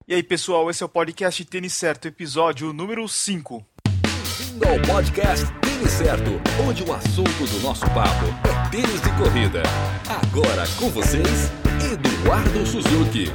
E aí, pessoal, esse é o podcast Tênis Certo, episódio número 5. Bem-vindo ao podcast Tênis Certo, onde o assunto do nosso papo é tênis de corrida. Agora com vocês, Eduardo Suzuki.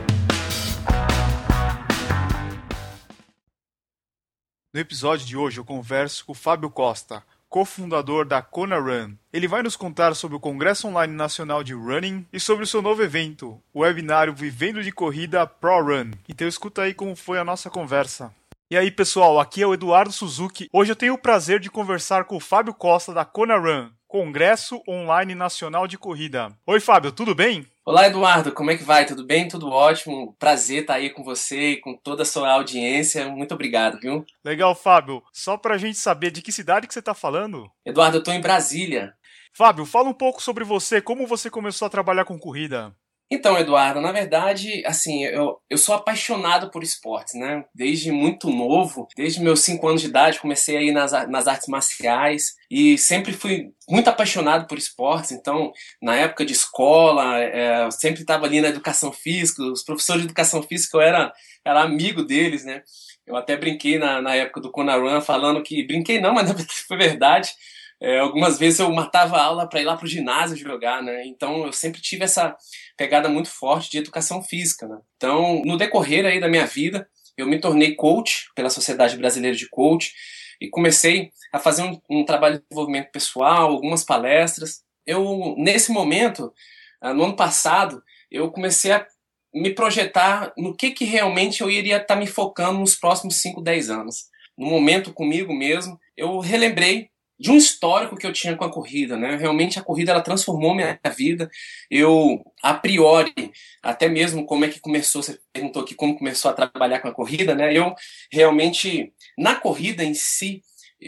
No episódio de hoje eu converso com o Fábio Costa, cofundador da Kona Run. Ele vai nos contar sobre o Congresso Online Nacional de Running e sobre o seu novo evento, o webinário Vivendo de Corrida Pro Run. Então escuta aí como foi a nossa conversa. E aí, pessoal, aqui é o Eduardo Suzuki. Hoje eu tenho o prazer de conversar com o Fábio Costa da Kona Run, Congresso Online Nacional de Corrida. Oi, Fábio, tudo bem? Olá, Eduardo, como é que vai? Tudo bem? Tudo ótimo. Prazer estar aí com você e com toda a sua audiência. Muito obrigado, viu? Legal, Fábio. Só pra gente saber de que cidade que você tá falando? Eduardo, eu tô em Brasília. Fábio, fala um pouco sobre você, como você começou a trabalhar com corrida. Então, Eduardo, na verdade, assim, eu sou apaixonado por esportes, né? Desde muito novo, desde meus 5 anos de idade, comecei aí nas artes marciais e sempre fui muito apaixonado por esportes. Então, na época de escola, eu sempre estava ali na educação física, os professores de educação física, eu era amigo deles, né? Eu até brinquei na época do Kona Run falando que... Brinquei não, mas foi verdade. Algumas vezes eu matava a aula para ir lá pro ginásio jogar, né? Então eu sempre tive essa pegada muito forte de educação física, né? Então, no decorrer aí da minha vida, eu me tornei coach pela Sociedade Brasileira de Coach e comecei a fazer um trabalho de desenvolvimento pessoal, algumas palestras. Nesse momento, no ano passado, eu comecei a me projetar no que realmente eu iria estar me focando nos próximos 5, 10 anos. No momento comigo mesmo, eu relembrei de um histórico que eu tinha com a corrida, né? Realmente a corrida ela transformou minha vida. Eu, a priori, até mesmo como é que começou, você perguntou aqui como começou a trabalhar com a corrida, né? Eu realmente, na corrida em si,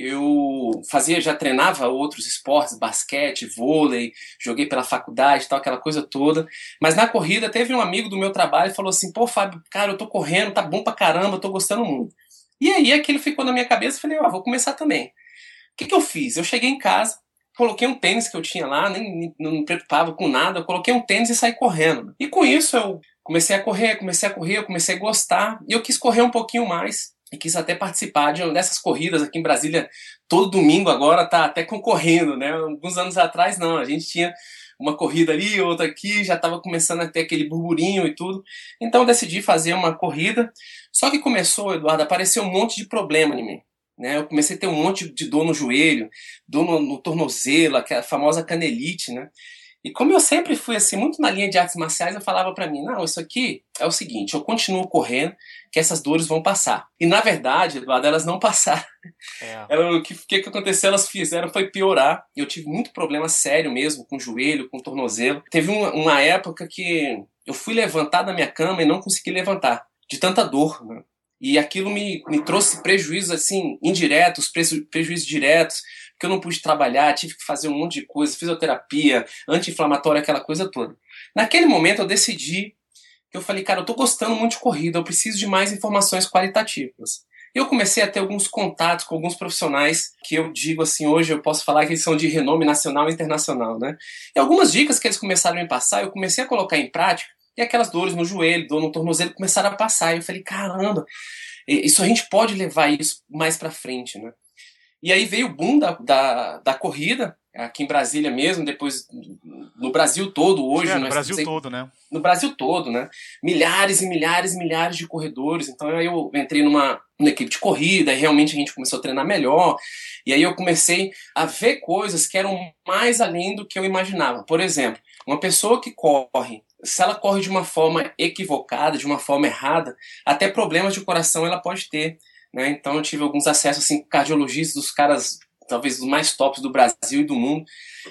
já treinava outros esportes, basquete, vôlei, joguei pela faculdade, tal, aquela coisa toda. Mas na corrida teve um amigo do meu trabalho e falou assim: pô, Fábio, cara, eu tô correndo, tá bom pra caramba, eu tô gostando muito. E aí aquilo ficou na minha cabeça e falei, vou começar também. O que eu fiz? Eu cheguei em casa, coloquei um tênis que eu tinha lá, nem não me preocupava com nada, eu coloquei um tênis e saí correndo. E com isso eu comecei a correr, eu comecei a gostar, e eu quis correr um pouquinho mais, e quis até participar de uma dessas corridas aqui em Brasília, todo domingo agora tá até concorrendo, né? Alguns anos atrás não, a gente tinha uma corrida ali, outra aqui, já estava começando a ter aquele burburinho e tudo. Então eu decidi fazer uma corrida, só que começou, Eduardo, a aparecer um monte de problema em mim. Né, eu comecei a ter um monte de dor no joelho, dor no tornozelo, aquela famosa canelite, né? E como eu sempre fui assim, muito na linha de artes marciais, eu falava pra mim, não, isso aqui é o seguinte, eu continuo correndo, que essas dores vão passar. E na verdade, Eduardo, elas não passaram. O que aconteceu? Elas fizeram foi piorar. Eu tive muito problema sério mesmo, com o joelho, com o tornozelo. Teve uma época que eu fui levantar da minha cama e não consegui levantar, de tanta dor, né? E aquilo me trouxe prejuízos assim, indiretos, prejuízos diretos, porque eu não pude trabalhar, tive que fazer um monte de coisa, fisioterapia, anti-inflamatória, aquela coisa toda. Naquele momento eu decidi, que eu falei, cara, eu tô gostando muito de corrida, eu preciso de mais informações qualitativas. Eu comecei a ter alguns contatos com alguns profissionais que eu digo assim, hoje eu posso falar que eles são de renome nacional e internacional, né? E algumas dicas que eles começaram a me passar, eu comecei a colocar em prática, e aquelas dores no joelho, dor no tornozelo começaram a passar. E eu falei, caramba, isso a gente pode levar isso mais pra frente, né? E aí veio o boom da corrida, aqui em Brasília mesmo, depois no Brasil todo hoje. No Brasil todo, né? No Brasil todo, né? Milhares e milhares e milhares de corredores. Então aí eu entrei numa equipe de corrida e realmente a gente começou a treinar melhor. E aí eu comecei a ver coisas que eram mais além do que eu imaginava. Por exemplo, uma pessoa que corre, se ela corre de uma forma equivocada, de uma forma errada, até problemas de coração ela pode ter, né? Então eu tive alguns acessos assim, com cardiologistas, dos caras talvez os mais tops do Brasil e do mundo,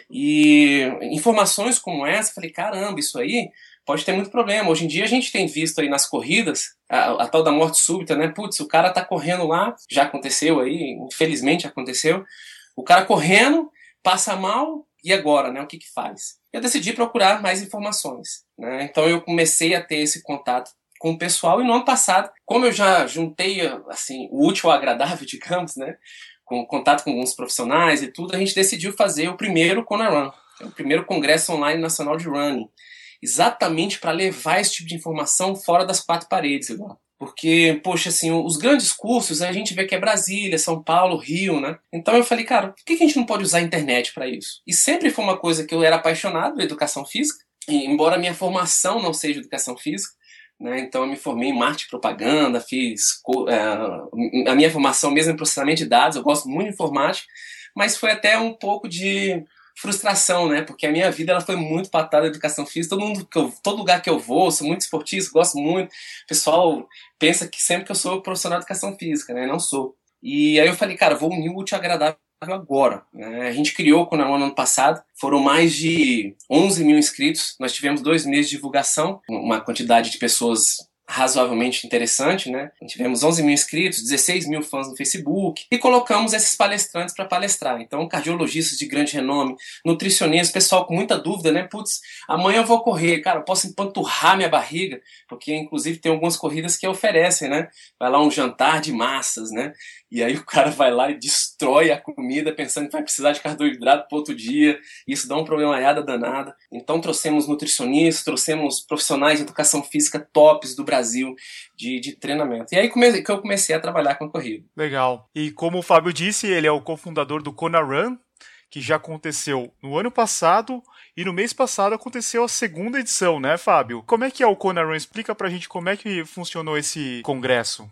e informações como essa, falei, caramba, isso aí pode ter muito problema. Hoje em dia a gente tem visto aí nas corridas a tal da morte súbita, né? Putz, o cara tá correndo lá, já aconteceu aí, infelizmente aconteceu, o cara correndo, passa mal, e agora, né? O que faz? Eu decidi procurar mais informações, né? Então eu comecei a ter esse contato com o pessoal, e no ano passado, como eu já juntei assim, o útil ao agradável, digamos, né? Com contato com alguns profissionais e tudo, a gente decidiu fazer o primeiro Kona Run, o primeiro Congresso Online Nacional de Running, exatamente para levar esse tipo de informação fora das 4 paredes, Eduardo. Porque, poxa, assim, os grandes cursos a gente vê que é Brasília, São Paulo, Rio, né? Então eu falei, cara, por que a gente não pode usar a internet para isso? E sempre foi uma coisa que eu era apaixonado, educação física, e embora a minha formação não seja educação física, né? Então eu me formei em marketing e propaganda, a minha formação mesmo em processamento de dados, eu gosto muito de informática, mas foi até um pouco de frustração, né? Porque a minha vida ela foi muito patada da educação física. Todo lugar que eu vou, sou muito esportista, gosto muito. O pessoal pensa que sempre que eu sou profissional de educação física, né? Não sou. E aí eu falei, cara, vou unir o útil ao agradável agora, né? A gente criou no ano passado, foram mais de 11 mil inscritos. Nós tivemos 2 meses de divulgação, uma quantidade de pessoas razoavelmente interessante, né? Tivemos 11 mil inscritos, 16 mil fãs no Facebook e colocamos esses palestrantes para palestrar. Então, cardiologistas de grande renome, nutricionistas, pessoal com muita dúvida, né? Putz, amanhã eu vou correr, cara, eu posso empanturrar minha barriga, porque inclusive tem algumas corridas que oferecem, né? Vai lá um jantar de massas, né? E aí o cara vai lá e destrói a comida pensando que vai precisar de carboidrato para outro dia. E isso dá um problemaiada danada. Então trouxemos nutricionistas, trouxemos profissionais de educação física tops do Brasil de treinamento. E aí que eu comecei a trabalhar com a corrida. Legal. E como o Fábio disse, ele é o cofundador do Kona Run, que já aconteceu no ano passado e no mês passado aconteceu a segunda edição, né, Fábio? Como é que é o Kona Run? Explica pra gente como é que funcionou esse congresso.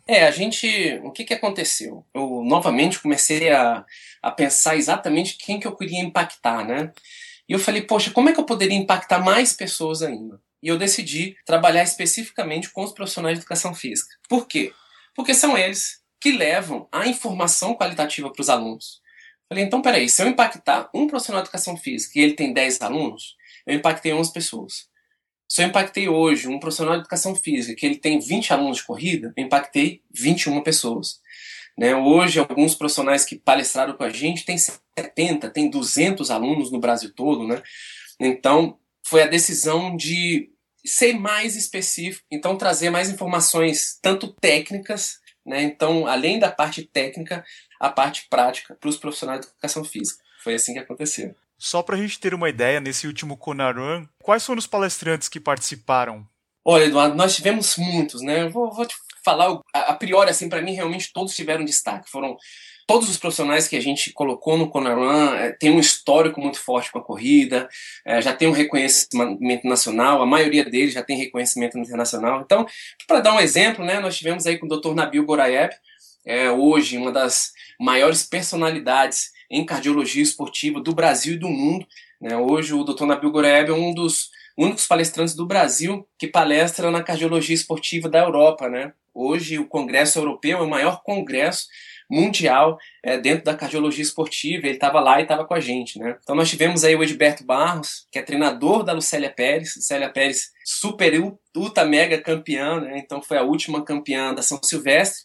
O que aconteceu? Eu novamente comecei a pensar exatamente quem que eu queria impactar, né? E eu falei, poxa, como é que eu poderia impactar mais pessoas ainda? E eu decidi trabalhar especificamente com os profissionais de educação física. Por quê? Porque são eles que levam a informação qualitativa para os alunos. Falei, então peraí, se eu impactar um profissional de educação física e ele tem 10 alunos, eu impactei 11 pessoas. Se eu impactei hoje um profissional de educação física que ele tem 20 alunos de corrida, eu impactei 21 pessoas. Né? Hoje, alguns profissionais que palestraram com a gente têm 70, tem 200 alunos no Brasil todo. Né? Então, foi a decisão de ser mais específico, então trazer mais informações, tanto técnicas, né? Então, além da parte técnica, a parte prática para os profissionais de educação física. Foi assim que aconteceu. Só para a gente ter uma ideia, nesse último Kona Run, quais foram os palestrantes que participaram? Olha, Eduardo, nós tivemos muitos, né? Eu vou te falar, a priori, assim, para mim, realmente todos tiveram destaque. Foram todos os profissionais que a gente colocou no Kona Run, tem um histórico muito forte com a corrida, já tem um reconhecimento nacional, a maioria deles já tem reconhecimento internacional. Então, para dar um exemplo, né, nós tivemos aí com o Dr. Nabil Gorayev, hoje uma das maiores personalidades em cardiologia esportiva do Brasil e do mundo. Né? Hoje o Dr. Nabil Gorayev é um dos únicos palestrantes do Brasil que palestra na cardiologia esportiva da Europa. Né? Hoje o Congresso Europeu é o maior congresso mundial dentro da cardiologia esportiva. Ele estava lá e estava com a gente. Né? Então nós tivemos aí o Edberto Barros, que é treinador da Lucélia Pérez. Lucélia Pérez, super, ultra mega campeã, né? Então foi a última campeã da São Silvestre.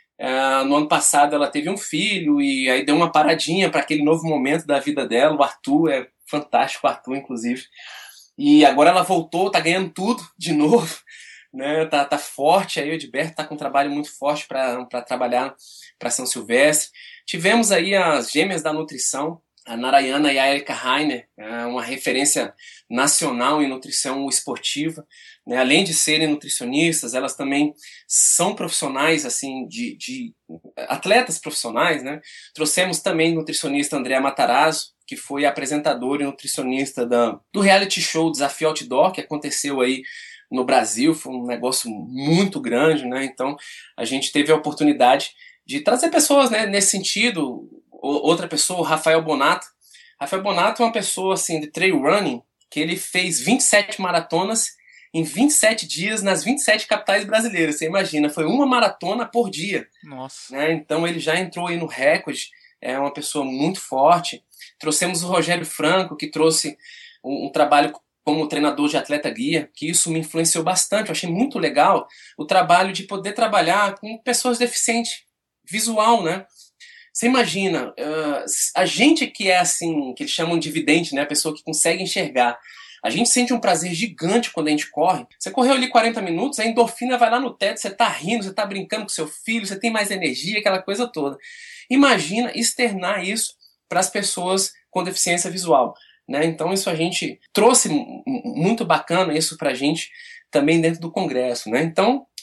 No ano passado ela teve um filho e aí deu uma paradinha para aquele novo momento da vida dela. O Arthur é fantástico, o Arthur inclusive. E agora ela voltou, tá ganhando tudo de novo, né? Tá forte. Aí o Edberto tá com um trabalho muito forte para trabalhar para São Silvestre. Tivemos aí as gêmeas da nutrição, a Narayana e a Erika Rainer, uma referência nacional em nutrição esportiva. Né? Além de serem nutricionistas, elas também são profissionais, assim, de atletas profissionais. Né? Trouxemos também o nutricionista Andréa Matarazzo, que foi apresentador e nutricionista do reality show Desafio Outdoor, que aconteceu aí no Brasil. Foi um negócio muito grande, né? Então a gente teve a oportunidade de trazer pessoas, né, nesse sentido. Outra pessoa, o Rafael Bonato. Rafael Bonato é uma pessoa assim, de trail running, que ele fez 27 maratonas em 27 dias nas 27 capitais brasileiras. Você imagina, foi uma maratona por dia. Nossa. Né? Então ele já entrou aí no recorde, é uma pessoa muito forte. Trouxemos o Rogério Franco, que trouxe um trabalho como treinador de atleta guia, que isso me influenciou bastante. Eu achei muito legal o trabalho de poder trabalhar com pessoas deficientes visual, né? Você imagina, a gente que é assim, que eles chamam de vidente, né? A pessoa que consegue enxergar. A gente sente um prazer gigante quando a gente corre. Você correu ali 40 minutos, a endorfina vai lá no teto, você tá rindo, você tá brincando com seu filho, você tem mais energia, aquela coisa toda. Imagina externar isso para as pessoas com deficiência visual. Né? Então isso a gente trouxe muito bacana isso pra gente também dentro do congresso. Né? Então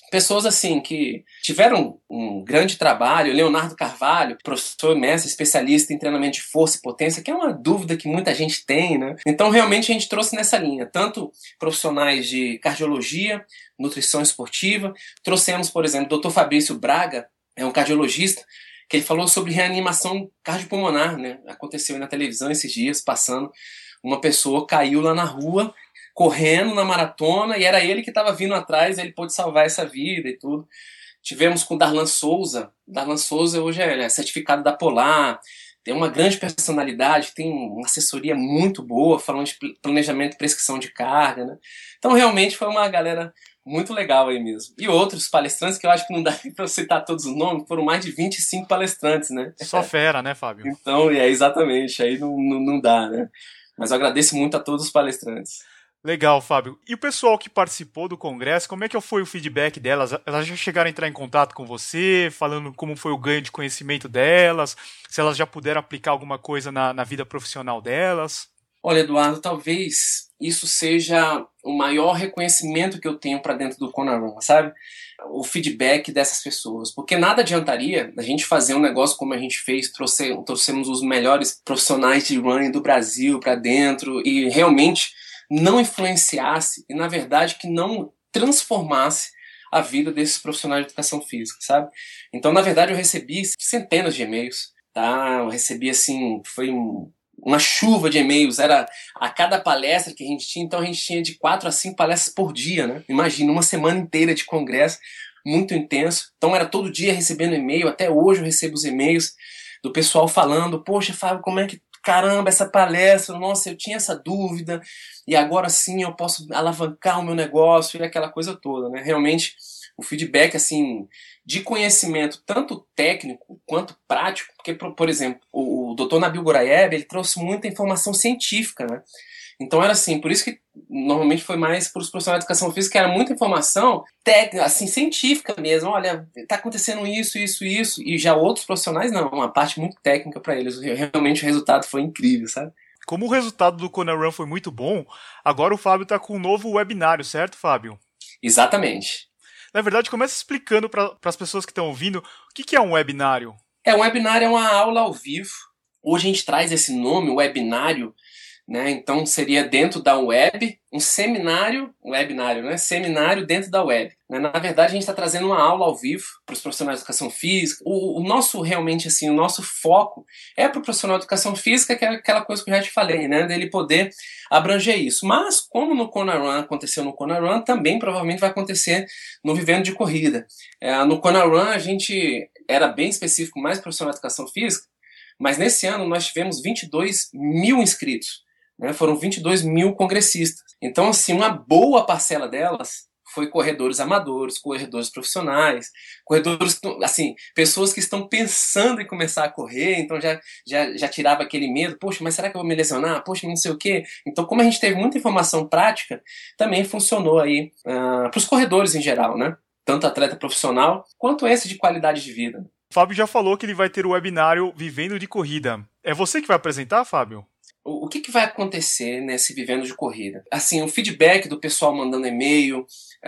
pessoas assim que tiveram um grande trabalho. Leonardo Carvalho, professor mestre, especialista em treinamento de força e potência, que é uma dúvida que muita gente tem, né? Então realmente a gente trouxe nessa linha, tanto profissionais de cardiologia, nutrição esportiva, trouxemos, por exemplo, o Dr. Fabrício Braga, é um cardiologista, que ele falou sobre reanimação cardiopulmonar, né? Aconteceu aí na televisão esses dias, passando, uma pessoa caiu lá na rua, correndo na maratona, e era ele que estava vindo atrás, ele pôde salvar essa vida e tudo. Tivemos com o Darlan Souza. Darlan Souza hoje é certificado da Polar, tem uma grande personalidade, tem uma assessoria muito boa, falando de planejamento e prescrição de carga, né? Então realmente foi uma galera muito legal aí mesmo. E outros palestrantes que eu acho que não dá para citar todos os nomes, foram mais de 25 palestrantes, né? Só fera, né, Fábio? Então, exatamente, aí não dá, né? Mas eu agradeço muito a todos os palestrantes. Legal, Fábio. E o pessoal que participou do congresso, como é que foi o feedback delas? Elas já chegaram a entrar em contato com você, falando como foi o ganho de conhecimento delas, se elas já puderam aplicar alguma coisa na vida profissional delas? Olha, Eduardo, talvez isso seja o maior reconhecimento que eu tenho para dentro do Kona Run, sabe? O feedback dessas pessoas. Porque nada adiantaria a gente fazer um negócio como a gente fez, trouxemos os melhores profissionais de running do Brasil para dentro e realmente não influenciasse e, na verdade, que não transformasse a vida desses profissionais de educação física, sabe? Então, na verdade, eu recebi centenas de e-mails, tá? Eu recebi, assim, foi uma chuva de e-mails, era a cada palestra que a gente tinha, então a gente tinha de 4 a 5 palestras por dia, né? Imagina, uma semana inteira de congresso, muito intenso. Então era todo dia recebendo e-mail, até hoje eu recebo os e-mails do pessoal falando, poxa, Fábio, como é que, caramba, essa palestra, nossa, eu tinha essa dúvida, e agora sim eu posso alavancar o meu negócio, e aquela coisa toda, né? Realmente, o feedback, assim, de conhecimento, tanto técnico quanto prático, porque, por exemplo, o Dr. Nabil Guraev, ele trouxe muita informação científica, né? Então era assim, por isso que normalmente foi mais para os profissionais de educação física, que era muita informação técnica, assim, científica mesmo. Olha, está acontecendo isso, e já outros profissionais não, uma parte muito técnica para eles. Realmente o resultado foi incrível, sabe? Como o resultado do Kona Run foi muito bom, agora o Fábio está com um novo webinário, certo, Fábio? Exatamente. Na verdade, começa explicando para as pessoas que estão ouvindo o que é um webinário. Um webinário é uma aula ao vivo. Hoje a gente traz esse nome, webinário, né? Então seria dentro da web, um seminário, webinário, né? Seminário dentro da web. Né? Na verdade, a gente está trazendo uma aula ao vivo para os profissionais de educação física. O nosso, realmente, assim, o nosso foco é para o profissional de educação física, que é aquela coisa que eu já te falei, né? Dele poder abranger isso. Mas, como no Kona Run aconteceu no Kona Run, também provavelmente vai acontecer no Vivendo de Corrida. No Kona Run, a gente era bem específico, mais profissional de educação física, mas nesse ano nós tivemos 22 mil inscritos. Né, foram 22 mil congressistas. Então, assim, uma boa parcela delas foi corredores amadores, corredores profissionais, corredores, assim, pessoas que estão pensando em começar a correr, então já tirava aquele medo, poxa, mas será que eu vou me lesionar? Poxa, não sei o quê. Então, como a gente teve muita informação prática, também funcionou aí para os corredores em geral, né? Tanto atleta profissional, quanto esse de qualidade de vida. O Fábio já falou que ele vai ter o webinário Vivendo de Corrida. É você que vai apresentar, Fábio? O que vai acontecer nesse Vivendo de Corrida? Assim, o feedback do pessoal mandando e-mail,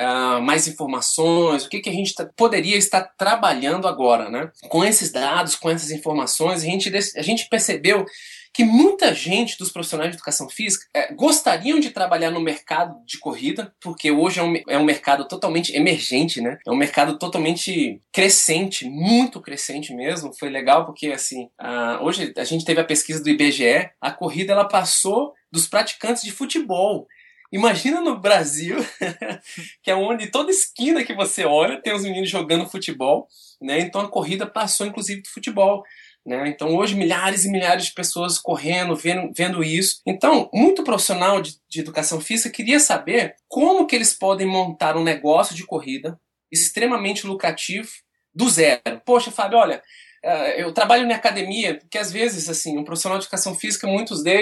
mais informações, o que a gente poderia estar trabalhando agora, né? Com esses dados, com essas informações, a gente percebeu que muita gente dos profissionais de educação física gostariam de trabalhar no mercado de corrida, porque hoje é um mercado totalmente emergente, né? É um mercado totalmente crescente, muito crescente mesmo. Foi legal porque, assim, hoje a gente teve a pesquisa do IBGE, a corrida ela passou dos praticantes de futebol. Imagina no Brasil, que é onde toda esquina que você olha tem os meninos jogando futebol, né? Então a corrida passou, inclusive, do futebol. Né? Então hoje milhares e milhares de pessoas correndo, vendo isso. Então, muito profissional de educação física queria saber como que eles podem montar um negócio de corrida extremamente lucrativo do zero. Poxa, Fábio, olha, eu trabalho na academia, porque às vezes, assim, um profissional de educação física, muitos deles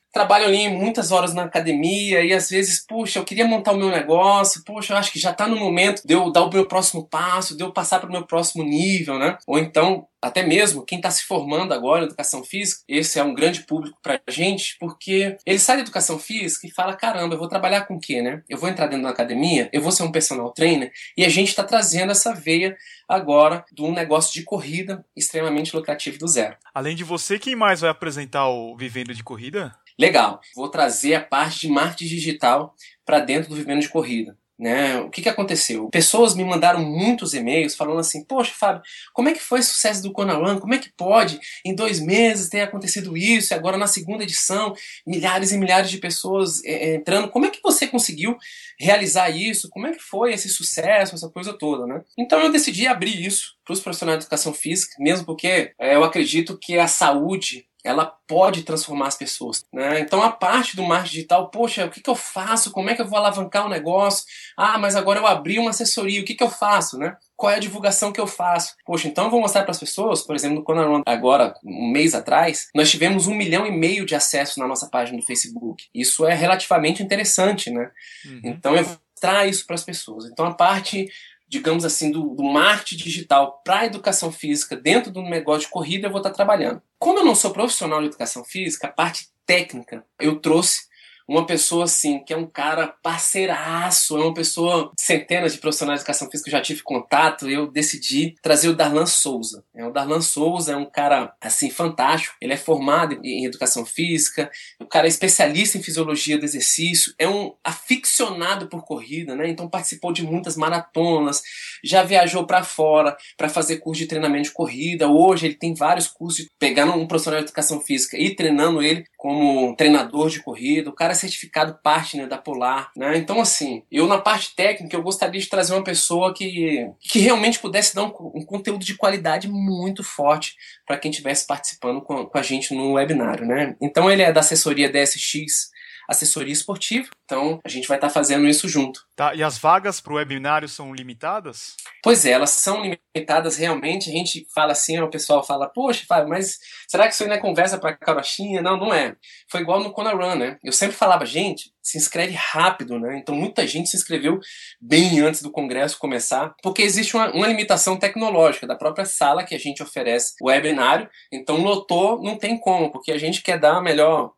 trabalho ali muitas horas na academia e às vezes, puxa, eu queria montar o meu negócio, puxa, eu acho que já está no momento de eu dar o meu próximo passo, de eu passar para o meu próximo nível, né? Ou então, até mesmo, quem está se formando agora em educação física, esse é um grande público para a gente, porque ele sai da educação física e fala, caramba, eu vou trabalhar com o quê, né? Eu vou entrar dentro da academia, eu vou ser um personal trainer, e a gente está trazendo essa veia agora de um negócio de corrida extremamente lucrativo do zero. Além de você, quem mais vai apresentar o Vivendo de Corrida? Legal, vou trazer a parte de marketing digital para dentro do Vivendo de Corrida. Né? O que aconteceu? Pessoas me mandaram muitos e-mails falando assim, poxa, Fábio, como é que foi o sucesso do Kona Run? Como é que pode, em 2 meses, ter acontecido isso, e agora na segunda edição, milhares e milhares de pessoas entrando, como é que você conseguiu realizar isso? Como é que foi esse sucesso, essa coisa toda, né? Então eu decidi abrir isso para os profissionais de educação física, mesmo porque eu acredito que a saúde ela pode transformar as pessoas, né? Então a parte do marketing digital, poxa, o que eu faço? Como é que eu vou alavancar o negócio? Ah, mas agora eu abri uma assessoria, o que eu faço, né? Qual é a divulgação que eu faço? Poxa, então eu vou mostrar para as pessoas, por exemplo, no Kona Run, agora, um mês atrás, nós tivemos 1,5 milhão de acessos na nossa página do Facebook. Isso é relativamente interessante, né? Então eu vou mostrar isso para as pessoas. Então a parte, digamos assim, do marketing digital para a educação física dentro do negócio de corrida eu vou estar trabalhando. Como eu não sou profissional de educação física, a parte técnica eu trouxe uma pessoa assim, que é um cara parceiraço, é uma pessoa, centenas de profissionais de educação física que eu já tive contato, eu decidi trazer o Darlan Souza. O Darlan Souza é um cara, assim, fantástico, ele é formado em educação física, o cara é especialista em fisiologia do exercício, é um aficionado por corrida, né? Então participou de muitas maratonas, já viajou para fora para fazer curso de treinamento de corrida, hoje ele tem vários cursos, pegando um profissional de educação física e treinando ele como treinador de corrida, o cara é certificado partner da Polar, né? Então, assim, eu na parte técnica, eu gostaria de trazer uma pessoa que realmente pudesse dar um conteúdo de qualidade muito forte para quem estivesse participando com a gente no webinário, né? Então, ele é da assessoria DSX, assessoria esportiva, então a gente vai estar fazendo isso junto. Tá, e as vagas para o webinário são limitadas? Pois é, elas são limitadas realmente, a gente fala assim, o pessoal fala, poxa, Fábio, mas será que isso aí não é conversa para carochinha? Não, não é. Foi igual no Kona Run, né? Eu sempre falava, gente, se inscreve rápido, né? Então muita gente se inscreveu bem antes do congresso começar, porque existe uma limitação tecnológica da própria sala que a gente oferece o webinário, então lotou, não tem como, porque a gente quer dar a melhor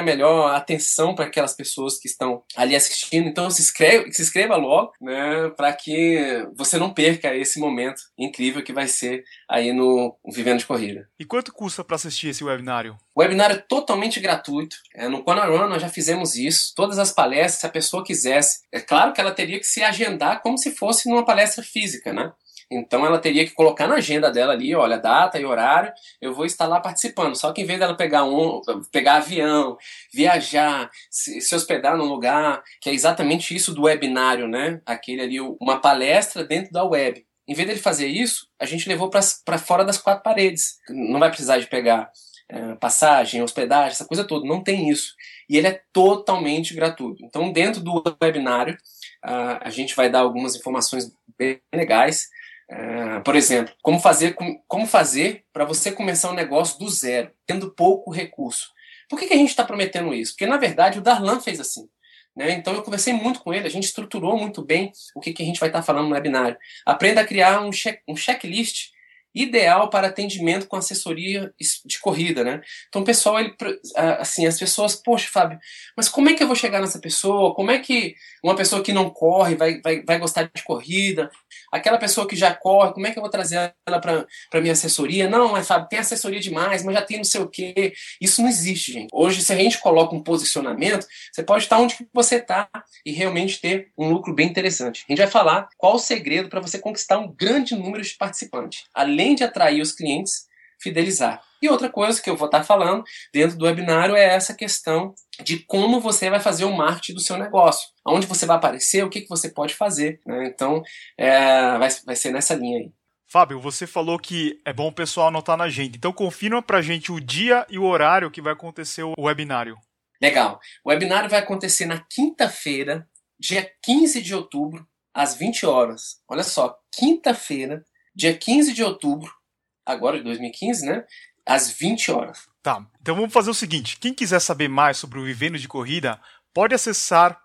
atenção para aquelas pessoas que estão ali assistindo, então se inscreva logo, né, para que você não perca esse momento incrível que vai ser aí no Vivendo de Corrida. E quanto custa para assistir esse webinário? O webinário é totalmente gratuito. No Kona Run nós já fizemos isso. Todas as palestras, se a pessoa quisesse. É claro que ela teria que se agendar como se fosse numa palestra física, né? Então ela teria que colocar na agenda dela ali, olha, data e horário, eu vou estar lá participando. Só que em vez dela pegar avião, viajar, se hospedar num lugar, que é exatamente isso do webinário, né? Aquele ali, uma palestra dentro da web. Em vez dele fazer isso, a gente levou para fora das 4 paredes. Não vai precisar de pegar passagem, hospedagem, essa coisa toda. Não tem isso. E ele é totalmente gratuito. Então, dentro do webinário, a gente vai dar algumas informações bem legais. Por exemplo, como fazer para você começar um negócio do zero, tendo pouco recurso. Por que a gente está prometendo isso? Porque, na verdade, o Darlan fez assim. Né? Então, eu conversei muito com ele, a gente estruturou muito bem o que a gente vai estar falando no webinário. Aprenda a criar um checklist ideal para atendimento com assessoria de corrida, né? Então, o pessoal, assim, as pessoas, poxa, Fábio, mas como é que eu vou chegar nessa pessoa? Como é que uma pessoa que não corre vai gostar de corrida? Aquela pessoa que já corre, como é que eu vou trazer ela para minha assessoria? Não, mas Fábio, tem assessoria demais, mas já tem não sei o quê. Isso não existe, gente. Hoje, se a gente coloca um posicionamento, você pode estar onde você está e realmente ter um lucro bem interessante. A gente vai falar qual o segredo para você conquistar um grande número de participantes. Além de atrair os clientes, fidelizar. E outra coisa que eu vou estar falando dentro do webinário é essa questão de como você vai fazer o marketing do seu negócio. Onde você vai aparecer, o que você pode fazer. Né? Então, vai ser nessa linha aí. Fábio, você falou que é bom o pessoal anotar na agenda. Então, confirma pra gente o dia e o horário que vai acontecer o webinário. Legal. O webinário vai acontecer na quinta-feira, dia 15 de outubro, às 20 horas. Olha só, quinta-feira, dia 15 de outubro, agora de 2015, né? Às 20 horas. Tá, então vamos fazer o seguinte, quem quiser saber mais sobre o Vivendo de Corrida, pode acessar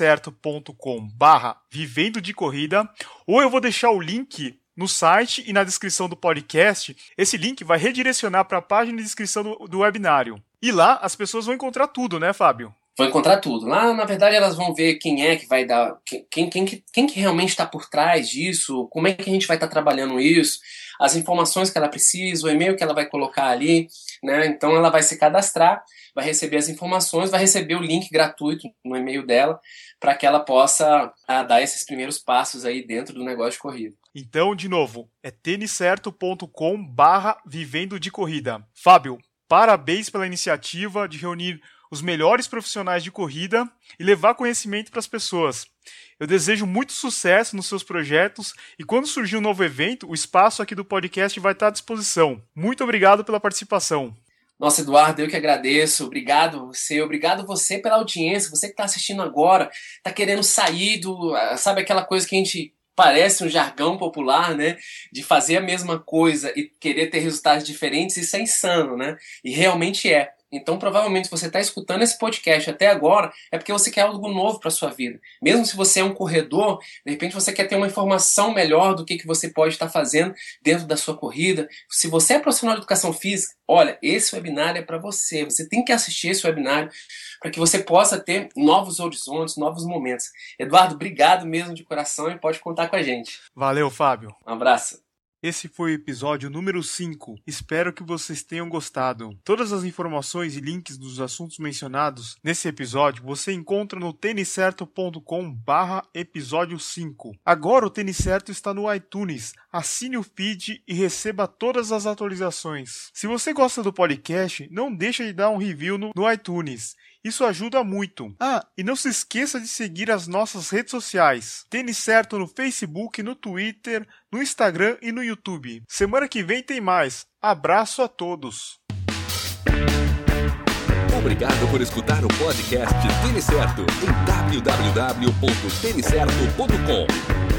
tenicerto.com/vivendo de corrida, ou eu vou deixar o link no site e na descrição do podcast. Esse link vai redirecionar para a página de inscrição do webinário. E lá as pessoas vão encontrar tudo, né, Fábio? Vão encontrar tudo. Lá, na verdade, elas vão ver quem é que vai dar, quem que realmente está por trás disso, como é que a gente vai estar trabalhando isso, as informações que ela precisa, o e-mail que ela vai colocar ali, né? Então ela vai se cadastrar, vai receber as informações, vai receber o link gratuito no e-mail dela, para que ela possa dar esses primeiros passos aí dentro do negócio de corrida. Então, de novo, é tenicerto.com/vivendo de corrida. Fábio, parabéns pela iniciativa de reunir os melhores profissionais de corrida e levar conhecimento para as pessoas. Eu desejo muito sucesso nos seus projetos e quando surgir um novo evento, o espaço aqui do podcast vai estar à disposição. Muito obrigado pela participação. Nossa, Eduardo, eu que agradeço. Obrigado você pela audiência, você que está assistindo agora, está querendo sair sabe aquela coisa que a gente parece um jargão popular, né? De fazer a mesma coisa e querer ter resultados diferentes, isso é insano, né? E realmente é. Então, provavelmente, se você está escutando esse podcast até agora, é porque você quer algo novo para a sua vida. Mesmo se você é um corredor, de repente você quer ter uma informação melhor do que você pode estar fazendo dentro da sua corrida. Se você é profissional de educação física, olha, esse webinário é para você. Você tem que assistir esse webinário para que você possa ter novos horizontes, novos momentos. Eduardo, obrigado mesmo de coração e pode contar com a gente. Valeu, Fábio. Um abraço. Esse foi o episódio número 5. Espero que vocês tenham gostado. Todas as informações e links dos assuntos mencionados nesse episódio você encontra no tenicerto.com/episódio 5. Agora o Tênis Certo está no iTunes. Assine o feed e receba todas as atualizações. Se você gosta do podcast, não deixe de dar um review no iTunes. Isso ajuda muito. E não se esqueça de seguir as nossas redes sociais. Tênis Certo no Facebook, no Twitter, no Instagram e no YouTube. Semana que vem tem mais. Abraço a todos. Obrigado por escutar o podcast Tênis Certo em www.tenicerto.com.